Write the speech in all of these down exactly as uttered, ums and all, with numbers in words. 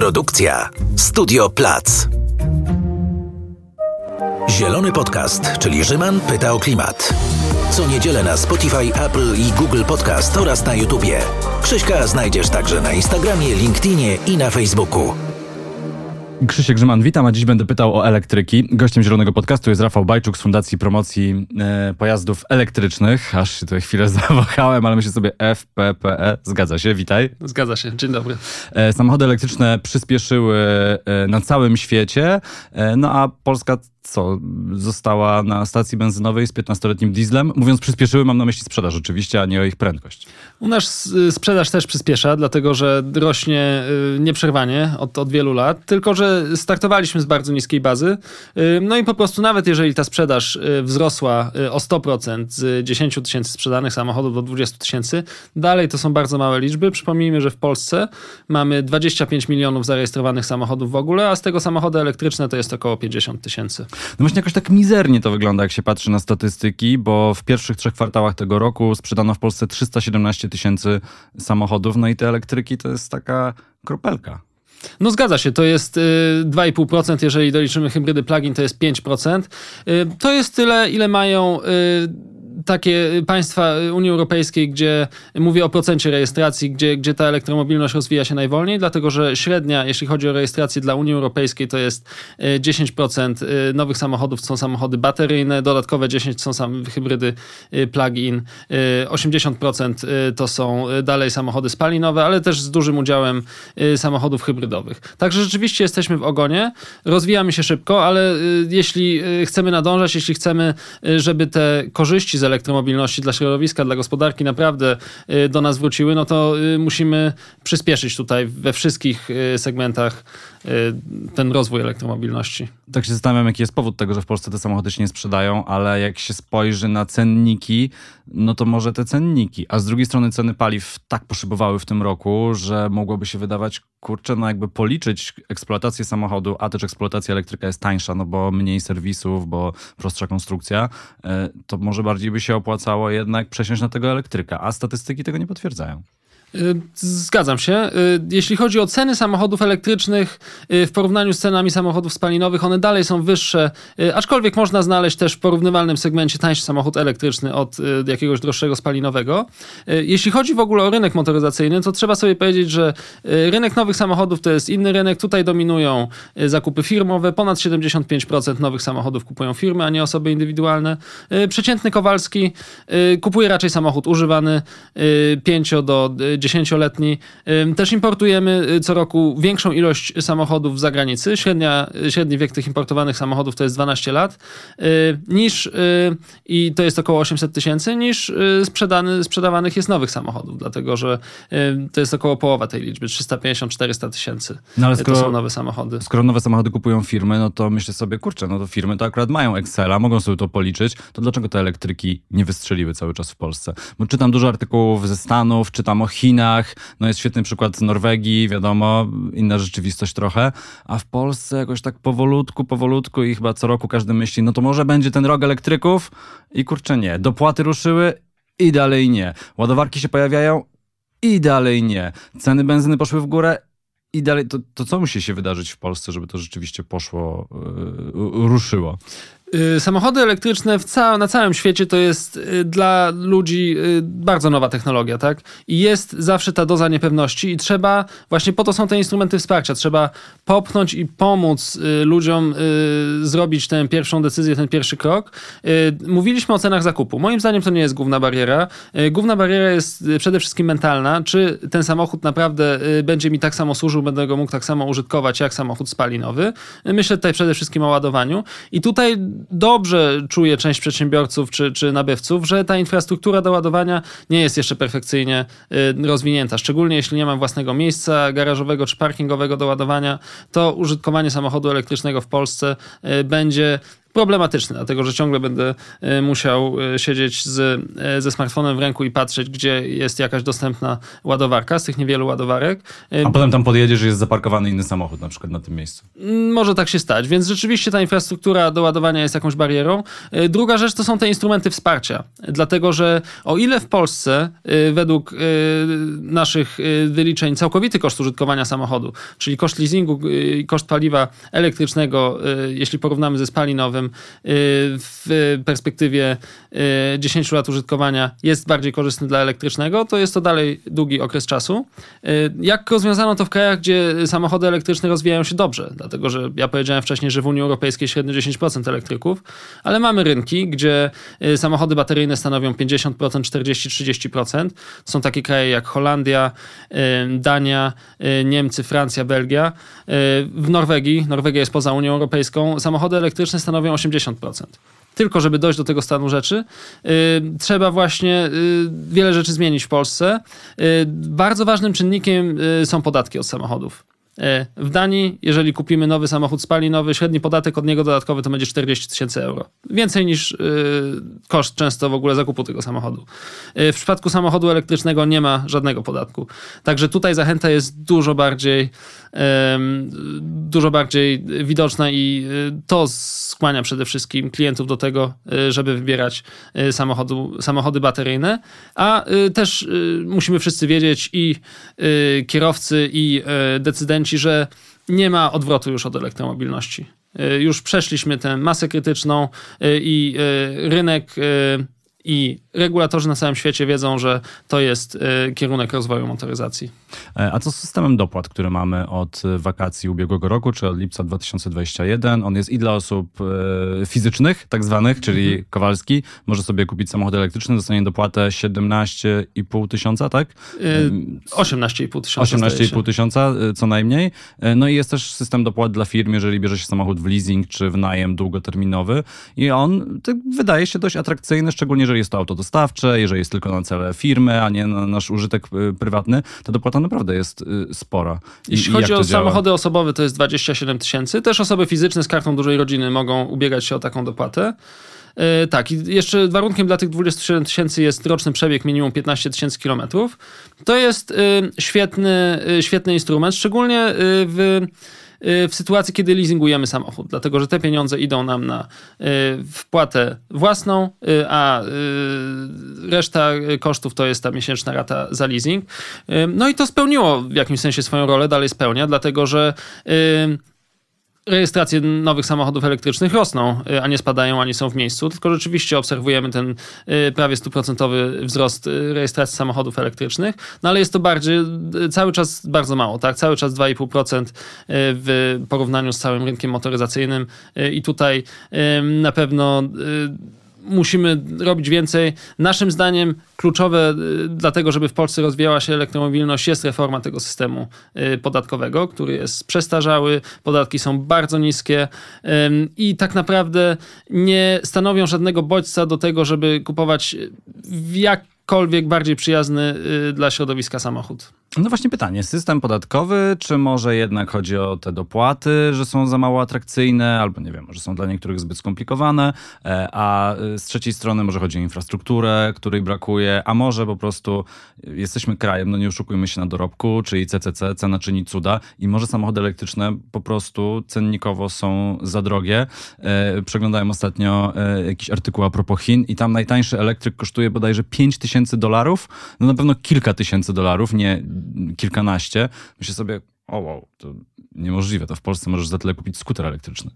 Produkcja Studio Plac. Zielony Podcast, czyli Rzyman pyta o klimat. Co niedzielę na Spotify, Apple i Google Podcast oraz na YouTubie. Krzyśka znajdziesz także na Instagramie, LinkedInie i na Facebooku. Krzysiek Grzyman, witam, a dziś będę pytał o elektryki. Gościem Zielonego Podcastu jest Rafał Bajczuk z Fundacji Promocji e, Pojazdów Elektrycznych. Aż się tutaj chwilę zawahałem, ale myślę sobie F P P E. Zgadza się, witaj. Zgadza się, dzień dobry. E, samochody elektryczne przyspieszyły e, na całym świecie, e, no a Polska co? Została na stacji benzynowej z piętnastoletnim dieslem. Mówiąc przyspieszyły, mam na myśli sprzedaż oczywiście, a nie o ich prędkość. U nas sprzedaż też przyspiesza, dlatego że rośnie nieprzerwanie od, od wielu lat, tylko że startowaliśmy z bardzo niskiej bazy. No i po prostu nawet jeżeli ta sprzedaż wzrosła o sto procent z dziesięć tysięcy sprzedanych samochodów do dwadzieścia tysięcy, dalej to są bardzo małe liczby. Przypomnijmy, że w Polsce mamy dwadzieścia pięć milionów zarejestrowanych samochodów w ogóle, a z tego samochody elektryczne to jest około pięćdziesiąt tysięcy. No właśnie jakoś tak mizernie to wygląda, jak się patrzy na statystyki, bo w pierwszych trzech kwartałach tego roku sprzedano w Polsce trzysta siedemnaście tysięcy samochodów, no i te elektryki to jest taka kropelka. No zgadza się, to jest y, dwa i pół procent, jeżeli doliczymy hybrydy plug-in, to jest pięć procent. Y, to jest tyle, ile mają y, takie państwa Unii Europejskiej, gdzie mówię o procencie rejestracji, gdzie, gdzie ta elektromobilność rozwija się najwolniej, dlatego że średnia, jeśli chodzi o rejestrację dla Unii Europejskiej, to jest dziesięć procent nowych samochodów to są samochody bateryjne, dodatkowe dziesięć procent to są hybrydy plug-in, osiemdziesiąt procent to są dalej samochody spalinowe, ale też z dużym udziałem samochodów hybrydowych. Także rzeczywiście jesteśmy w ogonie, rozwijamy się szybko, ale jeśli chcemy nadążać, jeśli chcemy, żeby te korzyści z elektromobilności dla środowiska, dla gospodarki naprawdę do nas wróciły, no to musimy przyspieszyć tutaj we wszystkich segmentach ten rozwój elektromobilności. Tak się zastanawiam, jaki jest powód tego, że w Polsce te samochody się nie sprzedają, ale jak się spojrzy na cenniki, no to może te cenniki, a z drugiej strony ceny paliw tak poszybowały w tym roku, że mogłoby się wydawać, kurczę, no jakby policzyć eksploatację samochodu, a też eksploatacja elektryka jest tańsza, no bo mniej serwisów, bo prostsza konstrukcja, to może bardziej by się opłacało jednak przesiąść na tego elektryka, a statystyki tego nie potwierdzają. Zgadzam się. Jeśli chodzi o ceny samochodów elektrycznych w porównaniu z cenami samochodów spalinowych, one dalej są wyższe, aczkolwiek można znaleźć też w porównywalnym segmencie tańszy samochód elektryczny od jakiegoś droższego spalinowego. Jeśli chodzi w ogóle o rynek motoryzacyjny, to trzeba sobie powiedzieć, że rynek nowych samochodów to jest inny rynek. Tutaj dominują zakupy firmowe. Ponad siedemdziesiąt pięć procent nowych samochodów kupują firmy, a nie osoby indywidualne. Przeciętny Kowalski kupuje raczej samochód używany pięcio do dziesięcioletni. Też importujemy co roku większą ilość samochodów z zagranicy. Średnia, średni wiek tych importowanych samochodów to jest dwanaście lat, niż, i to jest około osiemset tysięcy, niż sprzedany, sprzedawanych jest nowych samochodów, dlatego że to jest około połowa tej liczby, trzysta pięćdziesiąt do czterystu tysięcy. No ale skoro, to są nowe samochody. Skoro nowe samochody kupują firmy, no to myślę sobie, kurczę, no to firmy to akurat mają Excela, mogą sobie to policzyć, to dlaczego te elektryki nie wystrzeliły cały czas w Polsce? Bo czytam dużo artykułów ze Stanów, czytam o Chinach, no jest świetny przykład z Norwegii, wiadomo, inna rzeczywistość trochę, a w Polsce jakoś tak powolutku, powolutku i chyba co roku każdy myśli, no to może będzie ten rok elektryków i kurczę nie. Dopłaty ruszyły i dalej nie. Ładowarki się pojawiają i dalej nie. Ceny benzyny poszły w górę i dalej. To, to co musi się wydarzyć w Polsce, żeby to rzeczywiście poszło, yy, ruszyło? Samochody elektryczne w ca- na całym świecie to jest dla ludzi bardzo nowa technologia, tak? I jest zawsze ta doza niepewności i trzeba, właśnie po to są te instrumenty wsparcia, trzeba popchnąć i pomóc ludziom zrobić tę pierwszą decyzję, ten pierwszy krok. Mówiliśmy o cenach zakupu. Moim zdaniem to nie jest główna bariera. Główna bariera jest przede wszystkim mentalna. Czy ten samochód naprawdę będzie mi tak samo służył, będę go mógł tak samo użytkować jak samochód spalinowy? Myślę tutaj przede wszystkim o ładowaniu. I tutaj dobrze czuje część przedsiębiorców czy, czy nabywców, że ta infrastruktura do ładowania nie jest jeszcze perfekcyjnie y, rozwinięta. Szczególnie jeśli nie ma własnego miejsca garażowego czy parkingowego do ładowania, to użytkowanie samochodu elektrycznego w Polsce y, będzie problematyczny, dlatego że ciągle będę musiał siedzieć z, ze smartfonem w ręku i patrzeć, gdzie jest jakaś dostępna ładowarka z tych niewielu ładowarek. A potem tam podjedziesz, że jest zaparkowany inny samochód na przykład na tym miejscu. Może tak się stać, więc rzeczywiście ta infrastruktura do ładowania jest jakąś barierą. Druga rzecz to są te instrumenty wsparcia, dlatego że o ile w Polsce według naszych wyliczeń całkowity koszt użytkowania samochodu, czyli koszt leasingu i koszt paliwa elektrycznego, jeśli porównamy ze spalinowym, w perspektywie dziesięciu lat użytkowania jest bardziej korzystny dla elektrycznego, to jest to dalej długi okres czasu. Jak rozwiązano to w krajach, gdzie samochody elektryczne rozwijają się dobrze, dlatego że ja powiedziałem wcześniej, że w Unii Europejskiej średnio dziesięć procent elektryków, ale mamy rynki, gdzie samochody bateryjne stanowią pięćdziesiąt procent, czterdzieści do trzydziestu procent. Są takie kraje jak Holandia, Dania, Niemcy, Francja, Belgia. W Norwegii, Norwegia jest poza Unią Europejską, samochody elektryczne stanowią osiemdziesiąt procent. Tylko żeby dojść do tego stanu rzeczy, yy, trzeba właśnie yy, wiele rzeczy zmienić w Polsce. Yy, bardzo ważnym czynnikiem yy, są podatki od samochodów. W Danii, jeżeli kupimy nowy samochód spalinowy, średni podatek od niego dodatkowy to będzie czterdzieści tysięcy euro. Więcej niż yy, koszt często w ogóle zakupu tego samochodu. Yy, w przypadku samochodu elektrycznego nie ma żadnego podatku. Także tutaj zachęta jest dużo bardziej yy, dużo bardziej widoczna i yy, to skłania przede wszystkim klientów do tego, yy, żeby wybierać yy, samochodu, samochody bateryjne. A yy, też yy, musimy wszyscy wiedzieć i yy, kierowcy i yy, decydenci, że nie ma odwrotu już od elektromobilności. Już przeszliśmy tę masę krytyczną i rynek i regulatorzy na całym świecie wiedzą, że to jest kierunek rozwoju motoryzacji. A co z systemem dopłat, który mamy od wakacji ubiegłego roku, czy od lipca dwa tysiące dwudziestego pierwszego? On jest i dla osób fizycznych, tak zwanych, czyli mhm. Kowalski. Może sobie kupić samochód elektryczny, dostanie dopłatę siedemnaście i pół tysiąca, tak? osiemnaście i pół tysiąca. osiemnaście i pół tysiąca co najmniej. No i jest też system dopłat dla firm, jeżeli bierze się samochód w leasing, czy w najem długoterminowy. I on tak, wydaje się dość atrakcyjny, szczególnie jeżeli jest to auto dostawcze, jeżeli jest tylko na cele firmy, a nie na nasz użytek prywatny, ta dopłata naprawdę jest spora. I, Jeśli i chodzi o działa? samochody osobowe, to jest dwadzieścia siedem tysięcy. Też osoby fizyczne z kartą dużej rodziny mogą ubiegać się o taką dopłatę. Yy, tak, i jeszcze warunkiem dla tych dwudziestu siedmiu tysięcy jest roczny przebieg minimum piętnaście tysięcy kilometrów. To jest yy, świetny, yy, świetny instrument, szczególnie yy, w w sytuacji, kiedy leasingujemy samochód, dlatego że te pieniądze idą nam na wpłatę własną, a reszta kosztów to jest ta miesięczna rata za leasing. No i to spełniło w jakimś sensie swoją rolę, dalej spełnia, dlatego że rejestracje nowych samochodów elektrycznych rosną, a nie spadają, ani są w miejscu, tylko rzeczywiście obserwujemy ten prawie stuprocentowy wzrost rejestracji samochodów elektrycznych, no ale jest to bardziej, cały czas bardzo mało, tak? Cały czas dwa i pół procent w porównaniu z całym rynkiem motoryzacyjnym i tutaj na pewno musimy robić więcej. Naszym zdaniem kluczowe dlatego, żeby w Polsce rozwijała się elektromobilność, jest reforma tego systemu podatkowego, który jest przestarzały, podatki są bardzo niskie i tak naprawdę nie stanowią żadnego bodźca do tego, żeby kupować w jakkolwiek bardziej przyjazny dla środowiska samochód. No właśnie pytanie, system podatkowy, czy może jednak chodzi o te dopłaty, że są za mało atrakcyjne, albo nie wiem, może są dla niektórych zbyt skomplikowane, a z trzeciej strony może chodzi o infrastrukturę, której brakuje, a może po prostu jesteśmy krajem, no nie oszukujmy się na dorobku, czyli C C C, cena czyni cuda i może samochody elektryczne po prostu cennikowo są za drogie. Przeglądałem ostatnio jakiś artykuł a propos Chin i tam najtańszy elektryk kosztuje bodajże pięć tysięcy dolarów, no na pewno kilka tysięcy dolarów, nie kilkanaście. Myślę sobie, o wow, to niemożliwe, to w Polsce możesz za tyle kupić skuter elektryczny.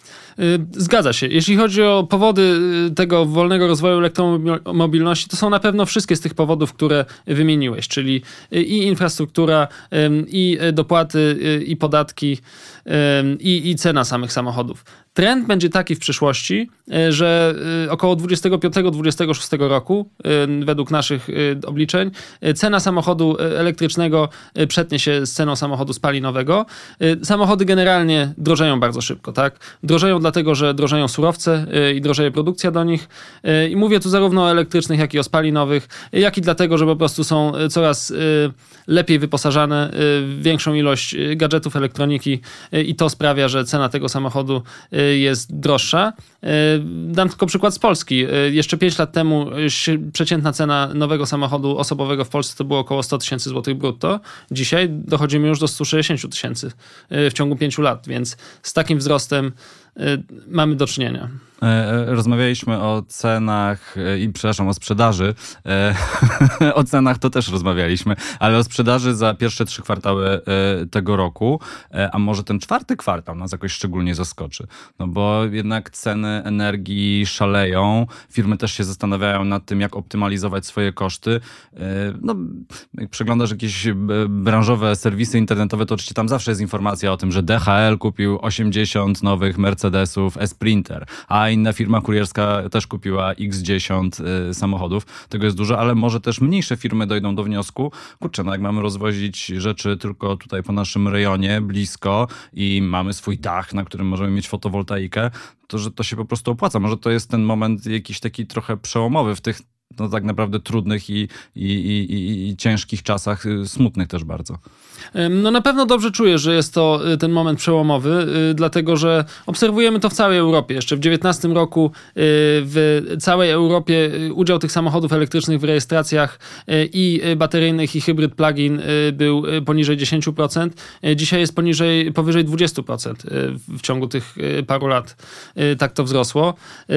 Zgadza się. Jeśli chodzi o powody tego wolnego rozwoju elektromobilności, to są na pewno wszystkie z tych powodów, które wymieniłeś, czyli i infrastruktura, i dopłaty, i podatki, i, i cena samych samochodów. Trend będzie taki w przyszłości, że około dwudziestego piątego do dwudziestego szóstego roku, według naszych obliczeń, cena samochodu elektrycznego przetnie się z ceną samochodu spalinowego. Samochody generalnie drożeją bardzo szybko, tak? Drożeją dlatego, że drożeją surowce i drożeje produkcja do nich. I mówię tu zarówno o elektrycznych, jak i o spalinowych, jak i dlatego, że po prostu są coraz lepiej wyposażane w większą ilość gadżetów, elektroniki i to sprawia, że cena tego samochodu jest droższa. Dam tylko przykład z Polski. Jeszcze pięć lat temu przeciętna cena nowego samochodu osobowego w Polsce to było około sto tysięcy złotych brutto. Dzisiaj dochodzimy już do stu sześćdziesięciu tysięcy w ciągu pięciu lat, więc z takim wzrostem mamy do czynienia. Rozmawialiśmy o cenach i przepraszam, o sprzedaży. O cenach to też rozmawialiśmy, ale o sprzedaży za pierwsze trzy kwartały tego roku, a może ten czwarty kwartał nas jakoś szczególnie zaskoczy. No bo jednak ceny energii szaleją, firmy też się zastanawiają nad tym, jak optymalizować swoje koszty. No, jak przeglądasz jakieś branżowe serwisy internetowe, to oczywiście tam zawsze jest informacja o tym, że D H L kupił osiemdziesiąt nowych Mercedesów E-Sprinter, a inna firma kurierska też kupiła iks dziesięć y, samochodów. Tego jest dużo, ale może też mniejsze firmy dojdą do wniosku, kurczę, no jak mamy rozwozić rzeczy tylko tutaj po naszym rejonie, blisko i mamy swój dach, na którym możemy mieć fotowoltaikę, to że to się po prostu opłaca. Może to jest ten moment jakiś taki trochę przełomowy w tych no tak naprawdę trudnych i, i, i, i, i ciężkich czasach, smutnych też bardzo. No na pewno dobrze czuję, że jest to ten moment przełomowy, dlatego że obserwujemy to w całej Europie. Jeszcze w dziewiętnastym roku w całej Europie udział tych samochodów elektrycznych w rejestracjach i bateryjnych, i hybryd plug-in był poniżej dziesięć procent. Dzisiaj jest poniżej, powyżej dwadzieścia procent w ciągu tych paru lat. Tak to wzrosło.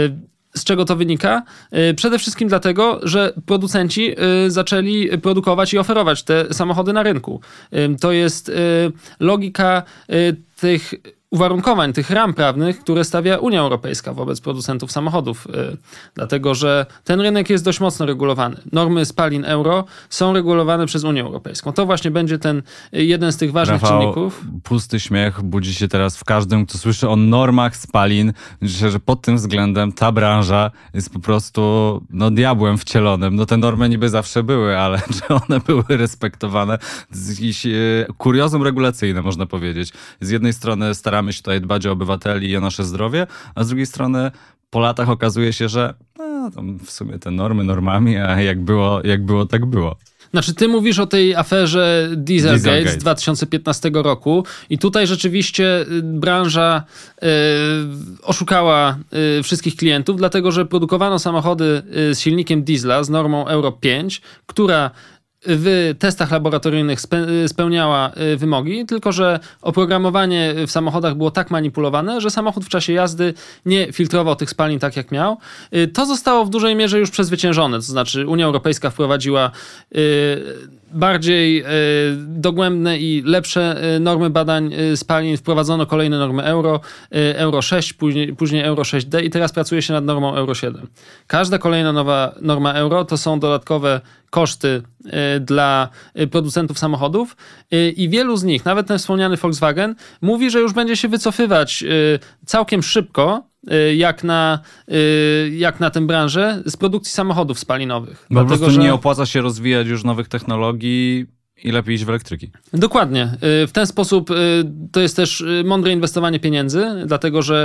Z czego to wynika? Przede wszystkim dlatego, że producenci zaczęli produkować i oferować te samochody na rynku. To jest logika tych uwarunkowań, tych ram prawnych, które stawia Unia Europejska wobec producentów samochodów. Dlatego, że ten rynek jest dość mocno regulowany. Normy spalin euro są regulowane przez Unię Europejską. To właśnie będzie ten jeden z tych ważnych Rafał, czynników. Pusty śmiech budzi się teraz w każdym, kto słyszy o normach spalin. Myślę, że pod tym względem ta branża jest po prostu no, diabłem wcielonym. No te normy niby zawsze były, ale czy one były respektowane? To jest jakieś e, kuriozum regulacyjne, można powiedzieć. Z jednej strony staramy się tutaj dbać o obywateli i o nasze zdrowie, a z drugiej strony po latach okazuje się, że no, tam w sumie te normy normami, a jak było, jak było, tak było. Znaczy, ty mówisz o tej aferze Dieselgate, Dieselgate z dwa tysiące piętnastego roku i tutaj rzeczywiście branża y, oszukała y, wszystkich klientów, dlatego że produkowano samochody y, z silnikiem diesla z normą Euro pięć, która w testach laboratoryjnych spełniała wymogi, tylko że oprogramowanie w samochodach było tak manipulowane, że samochód w czasie jazdy nie filtrował tych spalin tak jak miał. To zostało w dużej mierze już przezwyciężone, to znaczy Unia Europejska wprowadziła bardziej dogłębne i lepsze normy badań spalin, wprowadzono kolejne normy Euro, Euro sześć, później, później Euro sześć D i teraz pracuje się nad normą Euro siedem. Każda kolejna nowa norma Euro to są dodatkowe koszty dla producentów samochodów i wielu z nich, nawet ten wspomniany Volkswagen, mówi, że już będzie się wycofywać całkiem szybko, jak na, jak na tę branżę, z produkcji samochodów spalinowych. Bo Dlatego, po prostu że... nie opłaca się rozwijać już nowych technologii i lepiej iść w elektryki. Dokładnie. W ten sposób to jest też mądre inwestowanie pieniędzy, dlatego że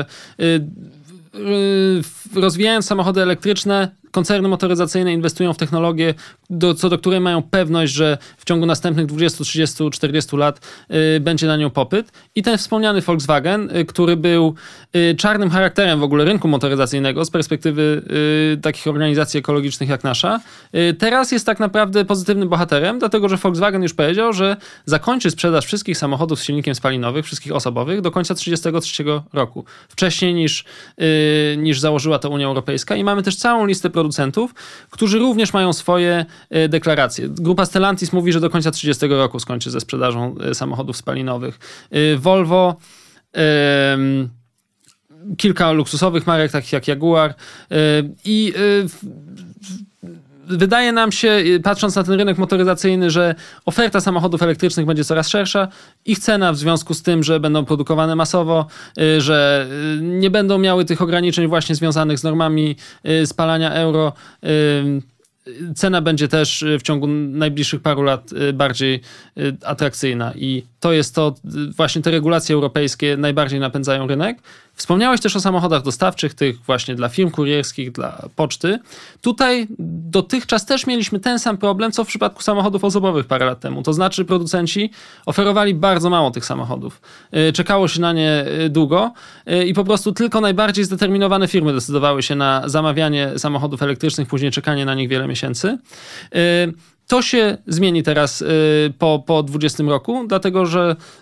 rozwijając samochody elektryczne, koncerny motoryzacyjne inwestują w technologię, do, co do której mają pewność, że w ciągu następnych dwudziestu, trzydziestu, czterdziestu lat y, będzie na nią popyt. I ten wspomniany Volkswagen, y, który był y, czarnym charakterem w ogóle rynku motoryzacyjnego z perspektywy y, takich organizacji ekologicznych jak nasza, y, teraz jest tak naprawdę pozytywnym bohaterem, dlatego że Volkswagen już powiedział, że zakończy sprzedaż wszystkich samochodów z silnikiem spalinowych, wszystkich osobowych do końca trzydziestego trzeciego roku. Wcześniej niż, y, niż założyła to Unia Europejska i mamy też całą listę producentów, którzy również mają swoje deklaracje. Grupa Stellantis mówi, że do końca trzydziestego roku skończy ze sprzedażą samochodów spalinowych. Volvo, kilka luksusowych marek, takich jak Jaguar i wydaje nam się, patrząc na ten rynek motoryzacyjny, że oferta samochodów elektrycznych będzie coraz szersza. Ich cena w związku z tym, że będą produkowane masowo, że nie będą miały tych ograniczeń właśnie związanych z normami spalania euro. Cena będzie też w ciągu najbliższych paru lat bardziej atrakcyjna i to jest to, właśnie te regulacje europejskie najbardziej napędzają rynek. Wspomniałeś też o samochodach dostawczych, tych właśnie dla firm kurierskich, dla poczty. Tutaj dotychczas też mieliśmy ten sam problem, co w przypadku samochodów osobowych parę lat temu. To znaczy producenci oferowali bardzo mało tych samochodów. Czekało się na nie długo i po prostu tylko najbardziej zdeterminowane firmy decydowały się na zamawianie samochodów elektrycznych, później czekanie na nich wiele miesięcy. To się zmieni teraz y, po, po dwudziestym roku, dlatego że y,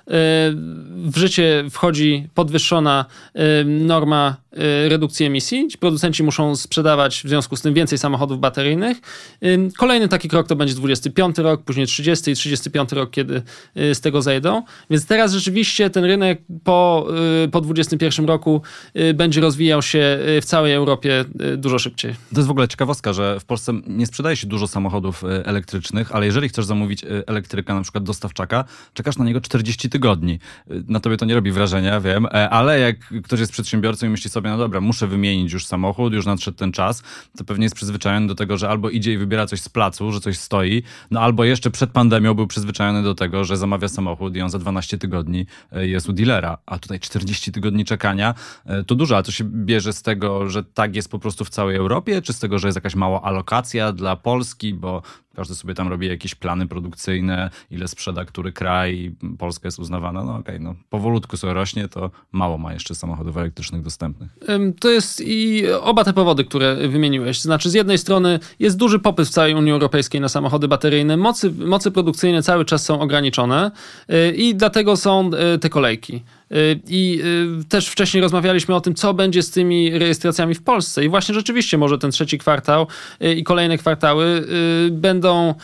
w życie wchodzi podwyższona y, norma y, redukcji emisji. Ci producenci muszą sprzedawać w związku z tym więcej samochodów bateryjnych. Y, kolejny taki krok to będzie dwudziesty piąty rok, później trzydziesty i trzydziesty piąty rok, kiedy y, z tego zejdą. Więc teraz rzeczywiście ten rynek po, y, po dwudziestym pierwszym roku y, będzie rozwijał się w całej Europie y, dużo szybciej. To jest w ogóle ciekawostka, że w Polsce nie sprzedaje się dużo samochodów elektrycznych, ale jeżeli chcesz zamówić elektryka, na przykład dostawczaka, czekasz na niego czterdzieści tygodni. Na tobie to nie robi wrażenia, wiem, ale jak ktoś jest przedsiębiorcą i myśli sobie, no dobra, muszę wymienić już samochód, już nadszedł ten czas, to pewnie jest przyzwyczajony do tego, że albo idzie i wybiera coś z placu, że coś stoi, no albo jeszcze przed pandemią był przyzwyczajony do tego, że zamawia samochód i on za dwanaście tygodni jest u dealera, a tutaj czterdzieści tygodni czekania, to dużo, ale to się bierze z tego, że tak jest po prostu w całej Europie, czy z tego, że jest jakaś mała alokacja dla Polski, bo każdy sobie tam robi jakieś plany produkcyjne, ile sprzeda który kraj, Polska jest uznawana, no okej, okay, no powolutku sobie rośnie, to mało ma jeszcze samochodów elektrycznych dostępnych. To jest i oba te powody, które wymieniłeś. Znaczy z jednej strony jest duży popyt w całej Unii Europejskiej na samochody bateryjne, mocy, mocy produkcyjne cały czas są ograniczone i dlatego są te kolejki. I też wcześniej rozmawialiśmy o tym, co będzie z tymi rejestracjami w Polsce. I właśnie rzeczywiście może ten trzeci kwartał i kolejne kwartały będą,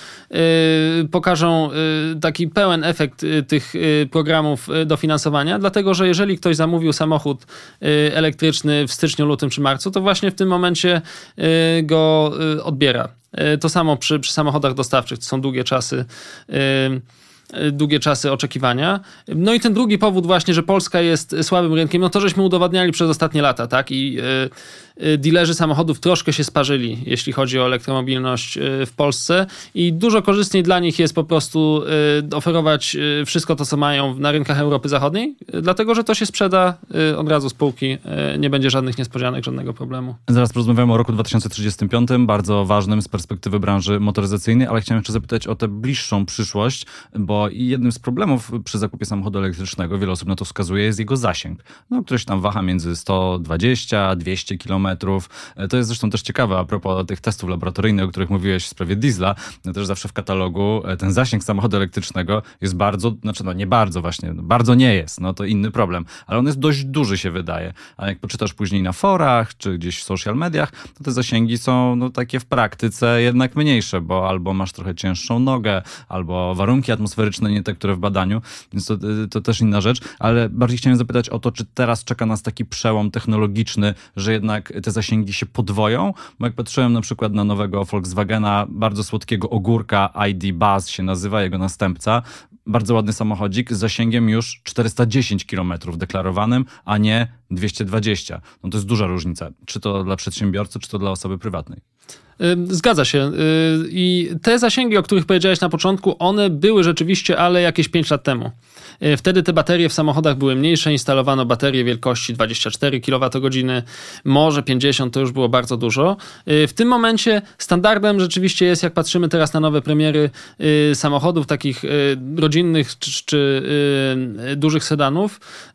pokażą taki pełen efekt tych programów dofinansowania, dlatego że jeżeli ktoś zamówił samochód elektryczny w styczniu, lutym czy marcu, to właśnie w tym momencie go odbiera. To samo przy, przy samochodach dostawczych, to są długie czasy długie czasy oczekiwania. No i ten drugi powód właśnie, że Polska jest słabym rynkiem, no to żeśmy udowadniali przez ostatnie lata, tak? I y, y, dealerzy samochodów troszkę się sparzyli, jeśli chodzi o elektromobilność y, w Polsce i dużo korzystniej dla nich jest po prostu y, oferować y, wszystko to, co mają na rynkach Europy Zachodniej, y, dlatego, że to się sprzeda y, od razu z półki, y, nie będzie żadnych niespodzianek, żadnego problemu. Zaraz porozmawiamy o roku dwa tysiące trzydziestym piątym, bardzo ważnym z perspektywy branży motoryzacyjnej, ale chciałem jeszcze zapytać o tę bliższą przyszłość, bo i jednym z problemów przy zakupie samochodu elektrycznego, wiele osób na to wskazuje, jest jego zasięg. No, który się tam waha między sto dwadzieścia a dwieście kilometrów. To jest zresztą też ciekawe a propos tych testów laboratoryjnych, o których mówiłeś w sprawie diesla. No, też zawsze w katalogu ten zasięg samochodu elektrycznego jest bardzo, znaczy no nie bardzo właśnie, no, bardzo nie jest, no to inny problem, ale on jest dość duży się wydaje. A jak poczytasz później na forach, czy gdzieś w social mediach, to te zasięgi są no takie w praktyce jednak mniejsze, bo albo masz trochę cięższą nogę, albo warunki atmosferyczne nie te, które w badaniu, więc to, to też inna rzecz, ale bardziej chciałem zapytać o to, czy teraz czeka nas taki przełom technologiczny, że jednak te zasięgi się podwoją, bo jak patrzyłem na przykład na nowego Volkswagena, bardzo słodkiego ogórka, I D Buzz się nazywa, jego następca, bardzo ładny samochodzik z zasięgiem już czterysta dziesięć kilometrów deklarowanym, a nie dwieście dwadzieścia. No to jest duża różnica. Czy to dla przedsiębiorcy, czy to dla osoby prywatnej. Zgadza się. I te zasięgi, o których powiedziałeś na początku, one były rzeczywiście, ale jakieś pięć lat temu. Wtedy te baterie w samochodach były mniejsze, instalowano baterie wielkości dwadzieścia cztery kilowatogodziny, może pięćdziesiąt, to już było bardzo dużo. W tym momencie standardem rzeczywiście jest, jak patrzymy teraz na nowe premiery samochodów takich rodzinnych czy, czy dużych sedanów,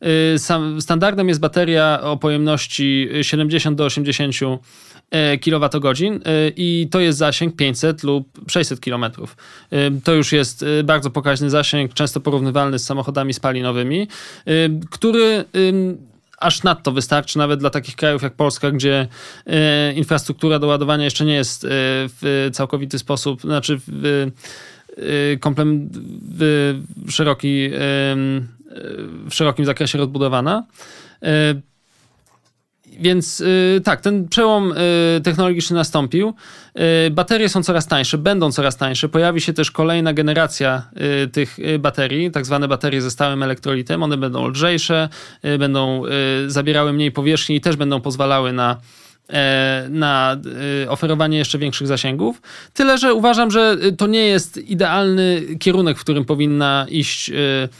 standardem jest bateria o pojemności siedemdziesiąt do osiemdziesięciu kilowatogodzin i to jest zasięg pięćset lub sześćset kilometrów. To już jest bardzo pokaźny zasięg, często porównywalny z samochodami spalinowymi, który aż nadto wystarczy nawet dla takich krajów jak Polska, gdzie infrastruktura do ładowania jeszcze nie jest w całkowity sposób, znaczy w, w, w, szeroki, w szerokim zakresie rozbudowana. Więc yy, tak, ten przełom yy, technologiczny nastąpił. Yy, baterie są coraz tańsze, będą coraz tańsze. Pojawi się też kolejna generacja yy, tych yy, baterii, tak zwane baterie ze stałym elektrolitem. One będą lżejsze, yy, będą yy, zabierały mniej powierzchni i też będą pozwalały na na oferowanie jeszcze większych zasięgów. Tyle, że uważam, że to nie jest idealny kierunek, w którym powinna iść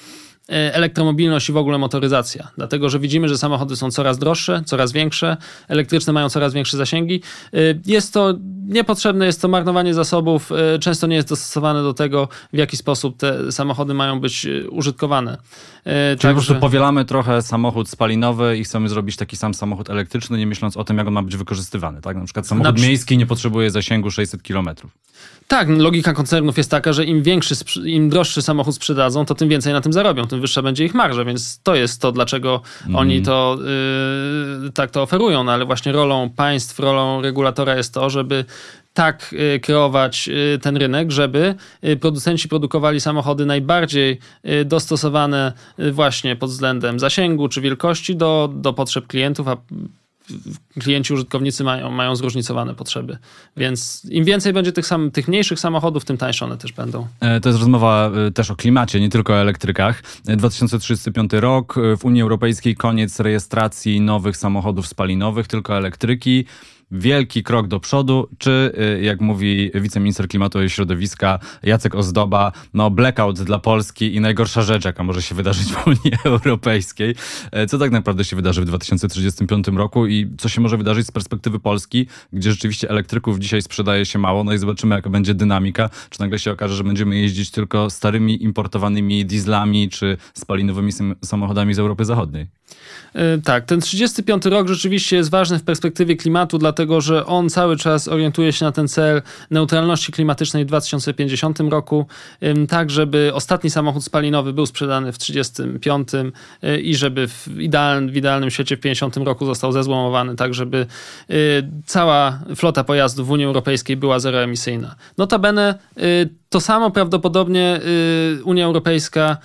elektromobilność i w ogóle motoryzacja. Dlatego, że widzimy, że samochody są coraz droższe, coraz większe, elektryczne mają coraz większe zasięgi. Jest to niepotrzebne, jest to marnowanie zasobów, często nie jest dostosowane do tego, w jaki sposób te samochody mają być użytkowane. Czyli tak, po prostu że... powielamy trochę samochód spalinowy i chcemy zrobić taki sam samochód elektryczny, nie myśląc o tym, jak on ma być wykorzystywany. Tak? Na przykład samochód Na... miejski nie potrzebuje zasięgu sześćset kilometrów. Tak, logika koncernów jest taka, że im większy, im droższy samochód sprzedadzą, to tym więcej na tym zarobią, tym wyższa będzie ich marża, więc to jest to, dlaczego mm. oni to yy, tak to oferują, no ale właśnie rolą państw, rolą regulatora jest to, żeby tak kreować ten rynek, żeby producenci produkowali samochody najbardziej dostosowane właśnie pod względem zasięgu czy wielkości do, do potrzeb klientów, a klienci, użytkownicy mają, mają zróżnicowane potrzeby. Więc im więcej będzie tych, sam, tych mniejszych samochodów, tym tańsze one też będą. To jest rozmowa też o klimacie, nie tylko o elektrykach. dwa tysiące trzydziesty piąty rok, w Unii Europejskiej koniec rejestracji nowych samochodów spalinowych, tylko elektryki. Wielki krok do przodu, czy jak mówi wiceminister klimatu i środowiska Jacek Ozdoba, no blackout dla Polski i najgorsza rzecz, jaka może się wydarzyć w Unii Europejskiej. Co tak naprawdę się wydarzy w dwa tysiące trzydziestym piątym roku i co się może wydarzyć z perspektywy Polski, gdzie rzeczywiście elektryków dzisiaj sprzedaje się mało, no i zobaczymy, jaka będzie dynamika. Czy nagle się okaże, że będziemy jeździć tylko starymi importowanymi dieslami czy spalinowymi samochodami z Europy Zachodniej? Tak, ten trzydziesty piąty rok rzeczywiście jest ważny w perspektywie klimatu, dlatego że on cały czas orientuje się na ten cel neutralności klimatycznej w dwa tysiące pięćdziesiątym roku, tak żeby ostatni samochód spalinowy był sprzedany w trzydziestym piątym i żeby w, idealnym, w idealnym świecie w pięćdziesiątym roku został zezłomowany, tak żeby cała flota pojazdów w Unii Europejskiej była zeroemisyjna. Notabene to samo prawdopodobnie Unia Europejska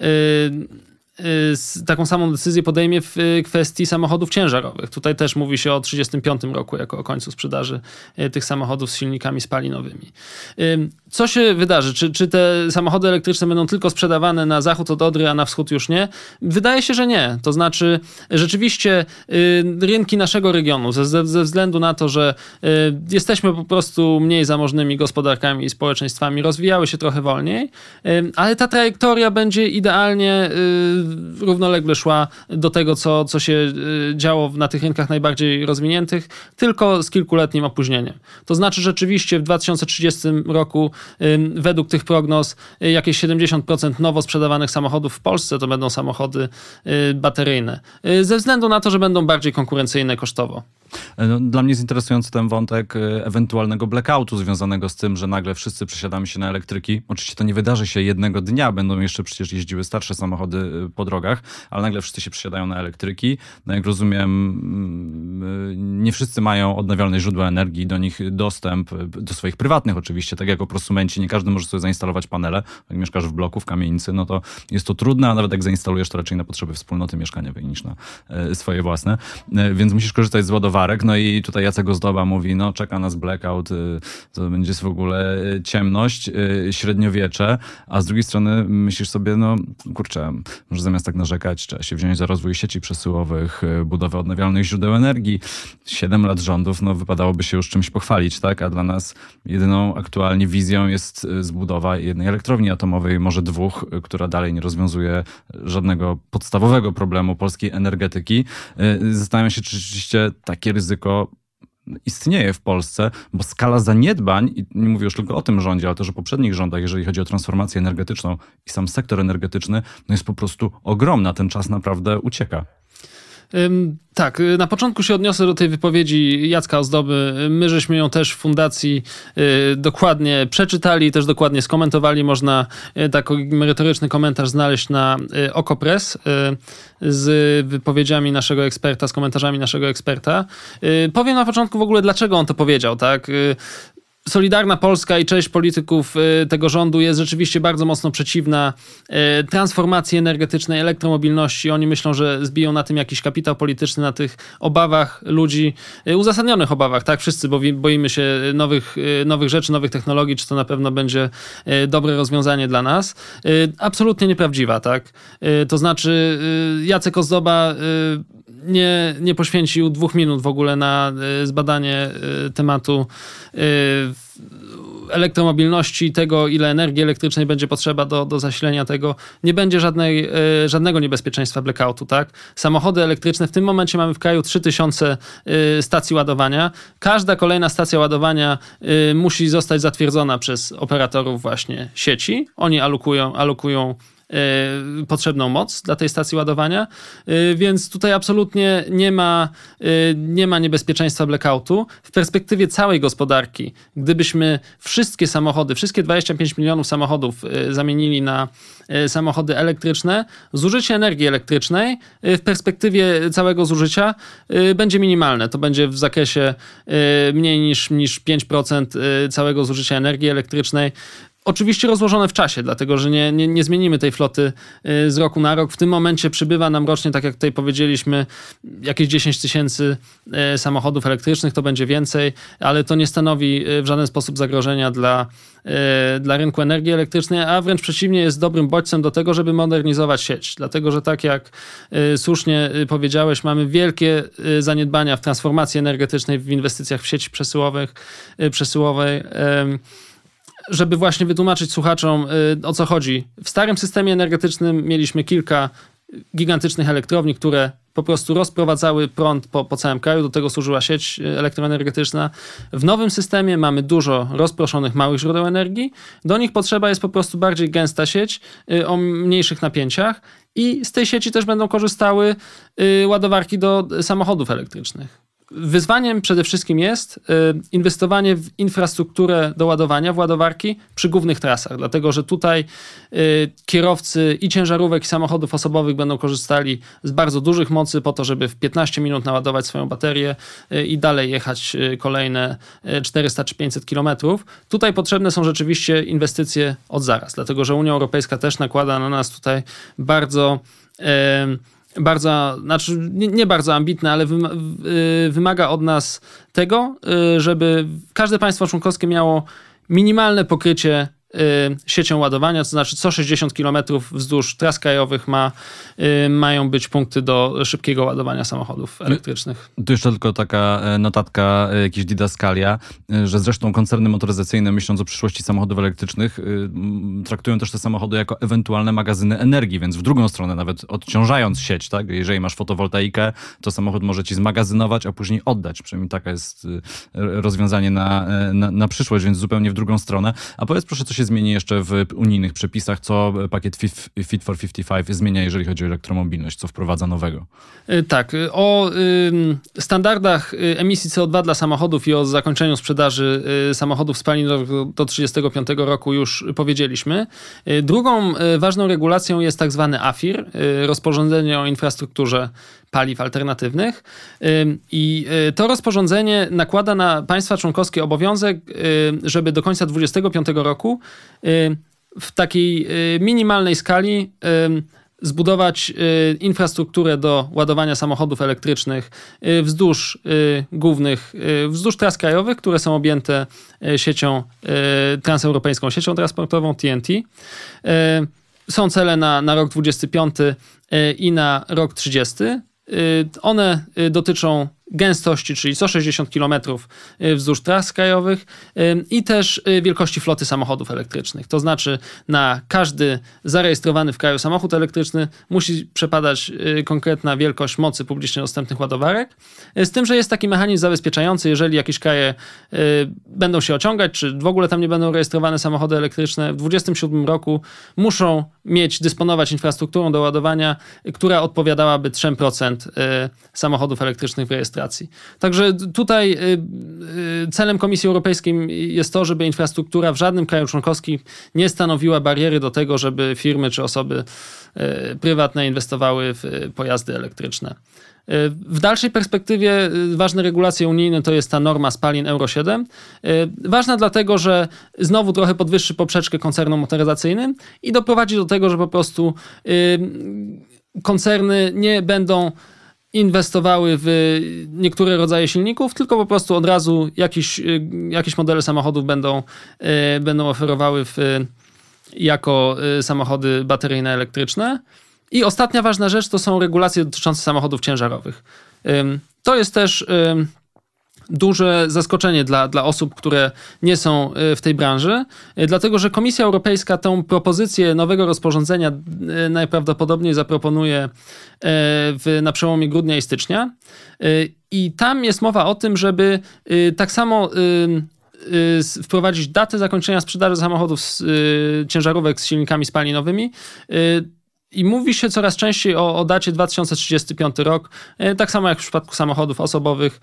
taką samą decyzję podejmie w kwestii samochodów ciężarowych. Tutaj też mówi się o trzydziestym piątym roku jako o końcu sprzedaży tych samochodów z silnikami spalinowymi. Co się wydarzy? Czy, czy te samochody elektryczne będą tylko sprzedawane na zachód od Odry, a na wschód już nie? Wydaje się, że nie. To znaczy rzeczywiście rynki naszego regionu ze, ze względu na to, że jesteśmy po prostu mniej zamożnymi gospodarkami i społeczeństwami, rozwijały się trochę wolniej, ale ta trajektoria będzie idealnie równolegle szła do tego, co, co się działo na tych rynkach najbardziej rozwiniętych, tylko z kilkuletnim opóźnieniem. To znaczy rzeczywiście w dwa tysiące trzydziestym roku według tych prognoz jakieś siedemdziesiąt procent nowo sprzedawanych samochodów w Polsce to będą samochody bateryjne. Ze względu na to, że będą bardziej konkurencyjne kosztowo. No, dla mnie jest interesujący ten wątek ewentualnego blackoutu związanego z tym, że nagle wszyscy przesiadamy się na elektryki. Oczywiście to nie wydarzy się jednego dnia, będą jeszcze przecież jeździły starsze samochody po drogach, ale nagle wszyscy się przesiadają na elektryki. No jak rozumiem, nie wszyscy mają odnawialne źródła energii, do nich dostęp, do swoich prywatnych oczywiście, tak jak o prosumenci, nie każdy może sobie zainstalować panele. Jak mieszkasz w bloku, w kamienicy, no to jest to trudne, a nawet jak zainstalujesz, to raczej na potrzeby wspólnoty mieszkaniowej niż na swoje własne. Więc musisz korzystać z ładowarki. No i tutaj Jacek Ozdoba mówi, no czeka nas blackout, to będzie w ogóle ciemność, średniowiecze, a z drugiej strony myślisz sobie, no kurczę, może zamiast tak narzekać, trzeba się wziąć za rozwój sieci przesyłowych, budowę odnawialnych źródeł energii. Siedem lat rządów, no wypadałoby się już czymś pochwalić, tak? A dla nas jedyną aktualnie wizją jest zbudowa jednej elektrowni atomowej, może dwóch, która dalej nie rozwiązuje żadnego podstawowego problemu polskiej energetyki. Zastanawiam się, czy rzeczywiście takie ryzyko istnieje w Polsce, bo skala zaniedbań, i nie mówię już tylko o tym rządzie, ale też o poprzednich rządach, jeżeli chodzi o transformację energetyczną i sam sektor energetyczny, no jest po prostu ogromna. Ten czas naprawdę ucieka. Ym, tak, na początku się odniosę do tej wypowiedzi Jacka Ozdoby. My żeśmy ją też w fundacji y, dokładnie przeczytali, też dokładnie skomentowali. Można y, taki merytoryczny komentarz znaleźć na y, Okopress y, z wypowiedziami naszego eksperta, z komentarzami naszego eksperta. Y, powiem na początku w ogóle, dlaczego on to powiedział, tak? Y, Solidarna Polska i część polityków tego rządu jest rzeczywiście bardzo mocno przeciwna transformacji energetycznej, elektromobilności. Oni myślą, że zbiją na tym jakiś kapitał polityczny, na tych obawach ludzi, uzasadnionych obawach, tak? Wszyscy boimy się nowych, nowych rzeczy, nowych technologii, czy to na pewno będzie dobre rozwiązanie dla nas. Absolutnie nieprawdziwa, tak? To znaczy Jacek Ozdoba nie, nie poświęcił dwóch minut w ogóle na zbadanie tematu elektromobilności, tego ile energii elektrycznej będzie potrzeba do, do zasilenia tego, nie będzie żadnej, żadnego niebezpieczeństwa blackoutu. Tak? Samochody elektryczne, w tym momencie mamy w kraju trzy tysiące stacji ładowania. Każda kolejna stacja ładowania musi zostać zatwierdzona przez operatorów właśnie sieci. Oni alokują, alokują potrzebną moc dla tej stacji ładowania, więc tutaj absolutnie nie ma, nie ma niebezpieczeństwa blackoutu. W perspektywie całej gospodarki, gdybyśmy wszystkie samochody, wszystkie dwadzieścia pięć milionów samochodów zamienili na samochody elektryczne, zużycie energii elektrycznej w perspektywie całego zużycia będzie minimalne. To będzie w zakresie mniej niż, niż pięć procent całego zużycia energii elektrycznej. Oczywiście rozłożone w czasie, dlatego że nie, nie, nie zmienimy tej floty z roku na rok. W tym momencie przybywa nam rocznie, tak jak tutaj powiedzieliśmy, jakieś dziesięć tysięcy samochodów elektrycznych, to będzie więcej, ale to nie stanowi w żaden sposób zagrożenia dla, dla rynku energii elektrycznej, a wręcz przeciwnie, jest dobrym bodźcem do tego, żeby modernizować sieć. Dlatego że tak jak słusznie powiedziałeś, mamy wielkie zaniedbania w transformacji energetycznej, w inwestycjach w sieci przesyłowych, przesyłowej, żeby właśnie wytłumaczyć słuchaczom, o co chodzi. W starym systemie energetycznym mieliśmy kilka gigantycznych elektrowni, które po prostu rozprowadzały prąd po, po całym kraju, do tego służyła sieć elektroenergetyczna. W nowym systemie mamy dużo rozproszonych małych źródeł energii, do nich potrzeba jest po prostu bardziej gęsta sieć o mniejszych napięciach i z tej sieci też będą korzystały ładowarki do samochodów elektrycznych. Wyzwaniem przede wszystkim jest y, inwestowanie w infrastrukturę do ładowania, w ładowarki przy głównych trasach, dlatego że tutaj y, kierowcy i ciężarówek, i samochodów osobowych będą korzystali z bardzo dużych mocy po to, żeby w piętnaście minut naładować swoją baterię y, i dalej jechać y, kolejne czterysta czy pięćset kilometrów. Tutaj potrzebne są rzeczywiście inwestycje od zaraz, dlatego że Unia Europejska też nakłada na nas tutaj bardzo... Y, bardzo, znaczy nie, nie bardzo ambitne, ale wymaga od nas tego, żeby każde państwo członkowskie miało minimalne pokrycie siecią ładowania, to znaczy co sześćdziesiąt kilometrów wzdłuż tras krajowych ma, mają być punkty do szybkiego ładowania samochodów elektrycznych. Tu jeszcze tylko taka notatka, jakaś didaskalia, że zresztą koncerny motoryzacyjne, myśląc o przyszłości samochodów elektrycznych, traktują też te samochody jako ewentualne magazyny energii, więc w drugą stronę, nawet odciążając sieć, tak? Jeżeli masz fotowoltaikę, to samochód może ci zmagazynować, a później oddać. Przynajmniej taka jest rozwiązanie na, na, na przyszłość, więc zupełnie w drugą stronę. A powiedz proszę, co się zmieni jeszcze w unijnych przepisach, co pakiet Fit for pięćdziesiąt pięć zmienia, jeżeli chodzi o elektromobilność, co wprowadza nowego? Tak, o y, standardach emisji C O dwa dla samochodów i o zakończeniu sprzedaży y, samochodów spalinowych do trzydziestego piątego roku już powiedzieliśmy. Y, drugą y, ważną regulacją jest tak zwany A F I R, y, rozporządzenie o infrastrukturze paliw alternatywnych i to rozporządzenie nakłada na państwa członkowskie obowiązek, żeby do końca dwudziestego piątego roku w takiej minimalnej skali zbudować infrastrukturę do ładowania samochodów elektrycznych wzdłuż głównych, wzdłuż tras krajowych, które są objęte siecią transeuropejską, siecią transportową T N T. Są cele na, na rok dwudziesty piąty i na rok trzydziesty. One dotyczą gęstości, czyli co sześćdziesiąt kilometrów wzdłuż tras krajowych i też wielkości floty samochodów elektrycznych. To znaczy na każdy zarejestrowany w kraju samochód elektryczny musi przepadać konkretna wielkość mocy publicznie dostępnych ładowarek. Z tym, że jest taki mechanizm zabezpieczający, jeżeli jakieś kraje będą się ociągać, czy w ogóle tam nie będą rejestrowane samochody elektryczne, w dwudziestym siódmym roku muszą mieć, dysponować infrastrukturą do ładowania, która odpowiadałaby trzy procent samochodów elektrycznych w rejestracji. Także tutaj celem Komisji Europejskiej jest to, żeby infrastruktura w żadnym kraju członkowskim nie stanowiła bariery do tego, żeby firmy czy osoby prywatne inwestowały w pojazdy elektryczne. W dalszej perspektywie ważne regulacje unijne to jest ta norma spalin Euro siedem. Ważna dlatego, że znowu trochę podwyższy poprzeczkę koncernom motoryzacyjnym i doprowadzi do tego, że po prostu koncerny nie będą inwestowały w niektóre rodzaje silników, tylko po prostu od razu jakieś, jakieś modele samochodów będą, będą oferowały w, jako samochody bateryjne elektryczne. I ostatnia ważna rzecz to są regulacje dotyczące samochodów ciężarowych. To jest też duże zaskoczenie dla, dla osób, które nie są w tej branży, dlatego że Komisja Europejska tą propozycję nowego rozporządzenia najprawdopodobniej zaproponuje w, na przełomie grudnia i stycznia. I tam jest mowa o tym, żeby tak samo wprowadzić datę zakończenia sprzedaży samochodów z, ciężarówek z silnikami spalinowymi. I mówi się coraz częściej o, o dacie dwa tysiące trzydziesty piąty rok, tak samo jak w przypadku samochodów osobowych,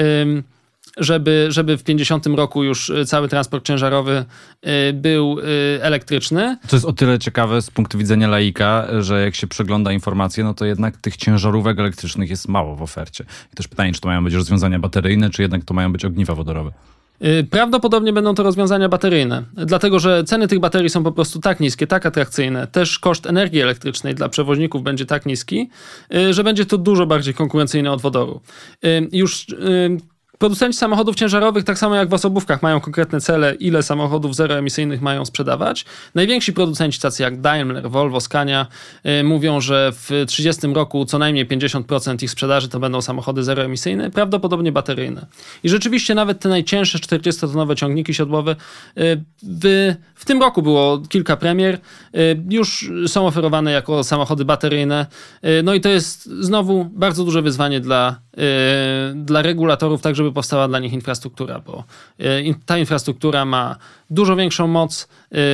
żeby, żeby w pięćdziesiątym roku już cały transport ciężarowy był elektryczny. To jest o tyle ciekawe z punktu widzenia laika, że jak się przegląda informacje, no to jednak tych ciężarówek elektrycznych jest mało w ofercie. I też pytanie, czy to mają być rozwiązania bateryjne, czy jednak to mają być ogniwa wodorowe. Prawdopodobnie będą to rozwiązania bateryjne, dlatego że ceny tych baterii są po prostu tak niskie, tak atrakcyjne. Też koszt energii elektrycznej dla przewoźników będzie tak niski, że będzie to dużo bardziej konkurencyjne od wodoru. Już producenci samochodów ciężarowych, tak samo jak w osobówkach, mają konkretne cele, ile samochodów zeroemisyjnych mają sprzedawać. Najwięksi producenci, tacy jak Daimler, Volvo, Scania, yy, mówią, że w trzydziestym roku co najmniej pięćdziesiąt procent ich sprzedaży to będą samochody zeroemisyjne, prawdopodobnie bateryjne. I rzeczywiście nawet te najcięższe czterdziestotonowe ciągniki siodłowe, yy, w, w tym roku było kilka premier, yy, już są oferowane jako samochody bateryjne. Yy, no i to jest znowu bardzo duże wyzwanie dla, yy, dla regulatorów, tak żeby powstała dla nich infrastruktura, bo ta infrastruktura ma dużo większą moc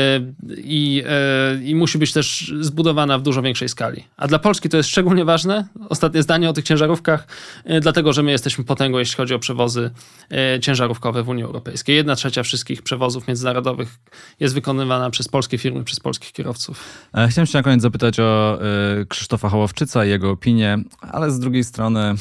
i, i musi być też zbudowana w dużo większej skali. A dla Polski to jest szczególnie ważne, ostatnie zdanie o tych ciężarówkach, dlatego że my jesteśmy potęgą, jeśli chodzi o przewozy ciężarówkowe w Unii Europejskiej. Jedna trzecia wszystkich przewozów międzynarodowych jest wykonywana przez polskie firmy, przez polskich kierowców. Chciałem się na koniec zapytać o Krzysztofa Hołowczyca i jego opinię, ale z drugiej strony,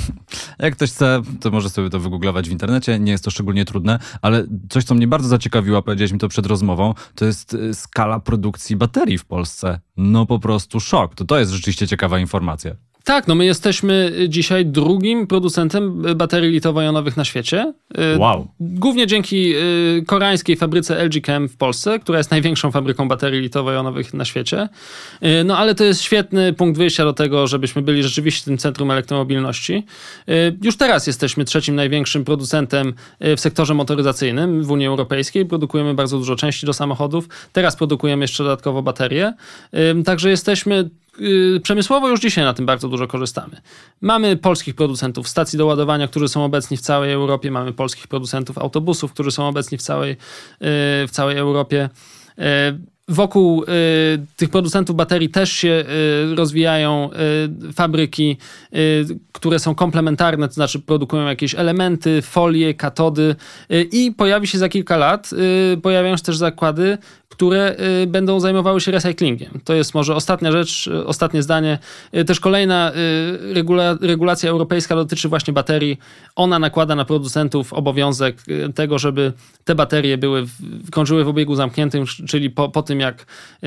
jak ktoś chce, to może sobie to wygooglować w internecie, nie jest to szczególnie trudne, ale coś, co mnie bardzo zaciekawiło, powiedziałeś mi to przed rozmową, to jest skala produkcji baterii w Polsce. No po prostu szok. To to jest rzeczywiście ciekawa informacja. Tak, no my jesteśmy dzisiaj drugim producentem baterii litowo-jonowych na świecie. Wow. Głównie dzięki koreańskiej fabryce L G Chem w Polsce, która jest największą fabryką baterii litowo-jonowych na świecie. No ale to jest świetny punkt wyjścia do tego, żebyśmy byli rzeczywiście tym centrum elektromobilności. Już teraz jesteśmy trzecim największym producentem w sektorze motoryzacyjnym w Unii Europejskiej. Produkujemy bardzo dużo części do samochodów. Teraz produkujemy jeszcze dodatkowo baterie. Także jesteśmy przemysłowo już dzisiaj na tym bardzo dużo korzystamy. Mamy polskich producentów stacji do ładowania, którzy są obecni w całej Europie. Mamy polskich producentów autobusów, którzy są obecni w całej, w całej Europie. Wokół y, tych producentów baterii też się y, rozwijają y, fabryki, y, które są komplementarne, to znaczy produkują jakieś elementy, folie, katody y, i pojawi się za kilka lat, y, pojawiają się też zakłady, które y, będą zajmowały się recyklingiem. To jest może ostatnia rzecz, y, ostatnie zdanie. Y, też kolejna y, regula, regulacja europejska dotyczy właśnie baterii. Ona nakłada na producentów obowiązek y, tego, żeby te baterie były w, krążyły w obiegu zamkniętym, czyli po, po tym jak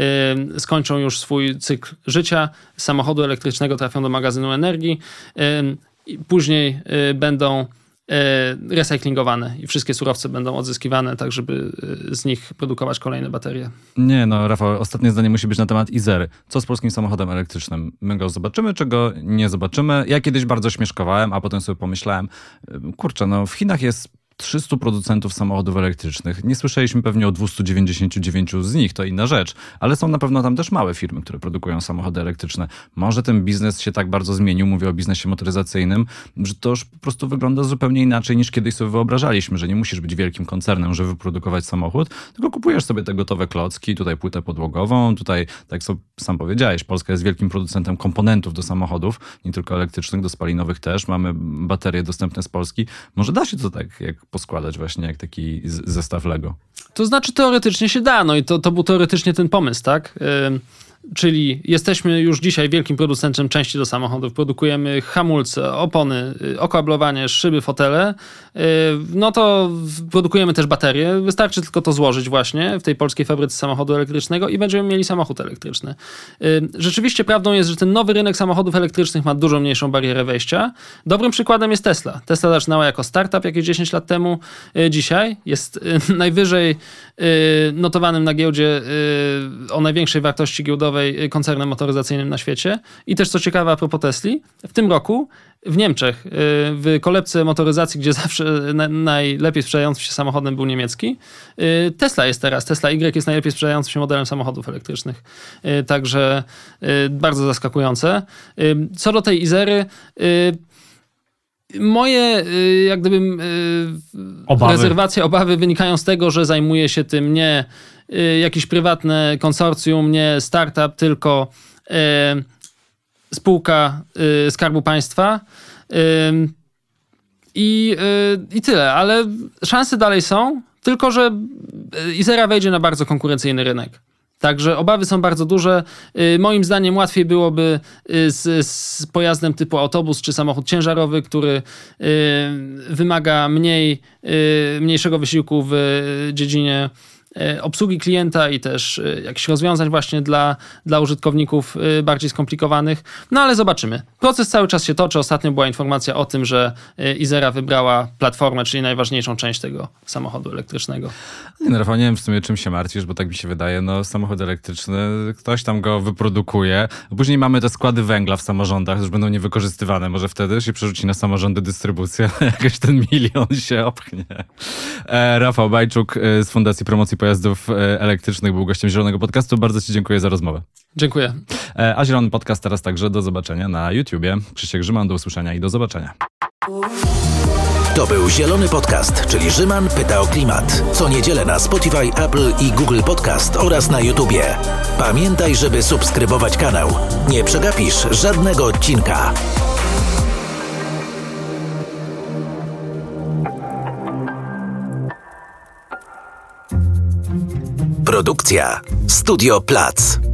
y, skończą już swój cykl życia samochodu elektrycznego, trafią do magazynu energii y, i później y, będą recyklingowane i wszystkie surowce będą odzyskiwane, tak żeby z nich produkować kolejne baterie. Nie no, Rafał, ostatnie zdanie musi być na temat Izery. Co z polskim samochodem elektrycznym? My go zobaczymy, czy go nie zobaczymy? Ja kiedyś bardzo śmieszkowałem, a potem sobie pomyślałem, kurczę, no w Chinach jest trzystu producentów samochodów elektrycznych. Nie słyszeliśmy pewnie o dwustu dziewięćdziesięciu dziewięciu z nich, to inna rzecz, ale są na pewno tam też małe firmy, które produkują samochody elektryczne. Może ten biznes się tak bardzo zmienił, mówię o biznesie motoryzacyjnym, że to już po prostu wygląda zupełnie inaczej niż kiedyś sobie wyobrażaliśmy, że nie musisz być wielkim koncernem, żeby wyprodukować samochód, tylko kupujesz sobie te gotowe klocki, tutaj płytę podłogową, tutaj, tak jak sam powiedziałeś, Polska jest wielkim producentem komponentów do samochodów, nie tylko elektrycznych, do spalinowych też. Mamy baterie dostępne z Polski. Może da się to tak, jak poskładać właśnie jak taki zestaw Lego. To znaczy teoretycznie się da, no i to, to był teoretycznie ten pomysł, tak? Yy, czyli jesteśmy już dzisiaj wielkim producentem części do samochodów, produkujemy hamulce, opony, okablowanie, szyby, fotele, yy, no to produkujemy też baterie, wystarczy tylko to złożyć właśnie w tej polskiej fabryce samochodu elektrycznego i będziemy mieli samochód elektryczny. Yy, rzeczywiście prawdą jest, że ten nowy rynek samochodów elektrycznych ma dużo mniejszą barierę wejścia. Dobrym przykładem jest Tesla. Tesla zaczynała jako startup jakieś dziesięć lat temu. Yy, dzisiaj jest yy, najwyżej yy, notowanym na giełdzie yy, o największej wartości giełdowej światowej koncernem motoryzacyjnym na świecie. I też co ciekawe a propos Tesli, w tym roku w Niemczech, w kolebce motoryzacji, gdzie zawsze na, najlepiej sprzedającym się samochodem był niemiecki, Tesla jest teraz. Tesla Y jest najlepiej sprzedającym się modelem samochodów elektrycznych. Także bardzo zaskakujące. Co do tej Izery, moje jak gdybym obawy. rezerwacje, obawy wynikają z tego, że zajmuje się tym nie jakieś prywatne konsorcjum, nie startup, tylko spółka y, Skarbu Państwa y, i, y, i tyle, ale szanse dalej są, tylko że Izera wejdzie na bardzo konkurencyjny rynek. Także obawy są bardzo duże. Y, moim zdaniem łatwiej byłoby y, z, z pojazdem typu autobus czy samochód ciężarowy, który y, wymaga mniej, y, mniejszego wysiłku w dziedzinie obsługi klienta i też jakichś rozwiązań właśnie dla, dla użytkowników bardziej skomplikowanych. No ale zobaczymy. Proces cały czas się toczy. Ostatnio była informacja o tym, że Izera wybrała platformę, czyli najważniejszą część tego samochodu elektrycznego. Nie, Rafał, nie wiem w sumie czym się martwisz, bo tak mi się wydaje, no samochód elektryczny, ktoś tam go wyprodukuje, a później mamy te składy węgla w samorządach, już będą niewykorzystywane. Może wtedy się przerzuci na samorządy dystrybucja, jakoś ten milion się opchnie. E, Rafał Bajczuk z Fundacji Promocji Pojazdów Elektrycznych był gościem Zielonego Podcastu. Bardzo ci dziękuję za rozmowę. Dziękuję. E, a Zielony Podcast teraz także do zobaczenia na YouTubie. Krzysiek Grzyman, do usłyszenia i do zobaczenia. To był Zielony Podcast, czyli Grzyman pyta o klimat. Co niedzielę na Spotify, Apple i Google Podcast oraz na YouTubie. Pamiętaj, żeby subskrybować kanał. Nie przegapisz żadnego odcinka. Produkcja Studio Plac.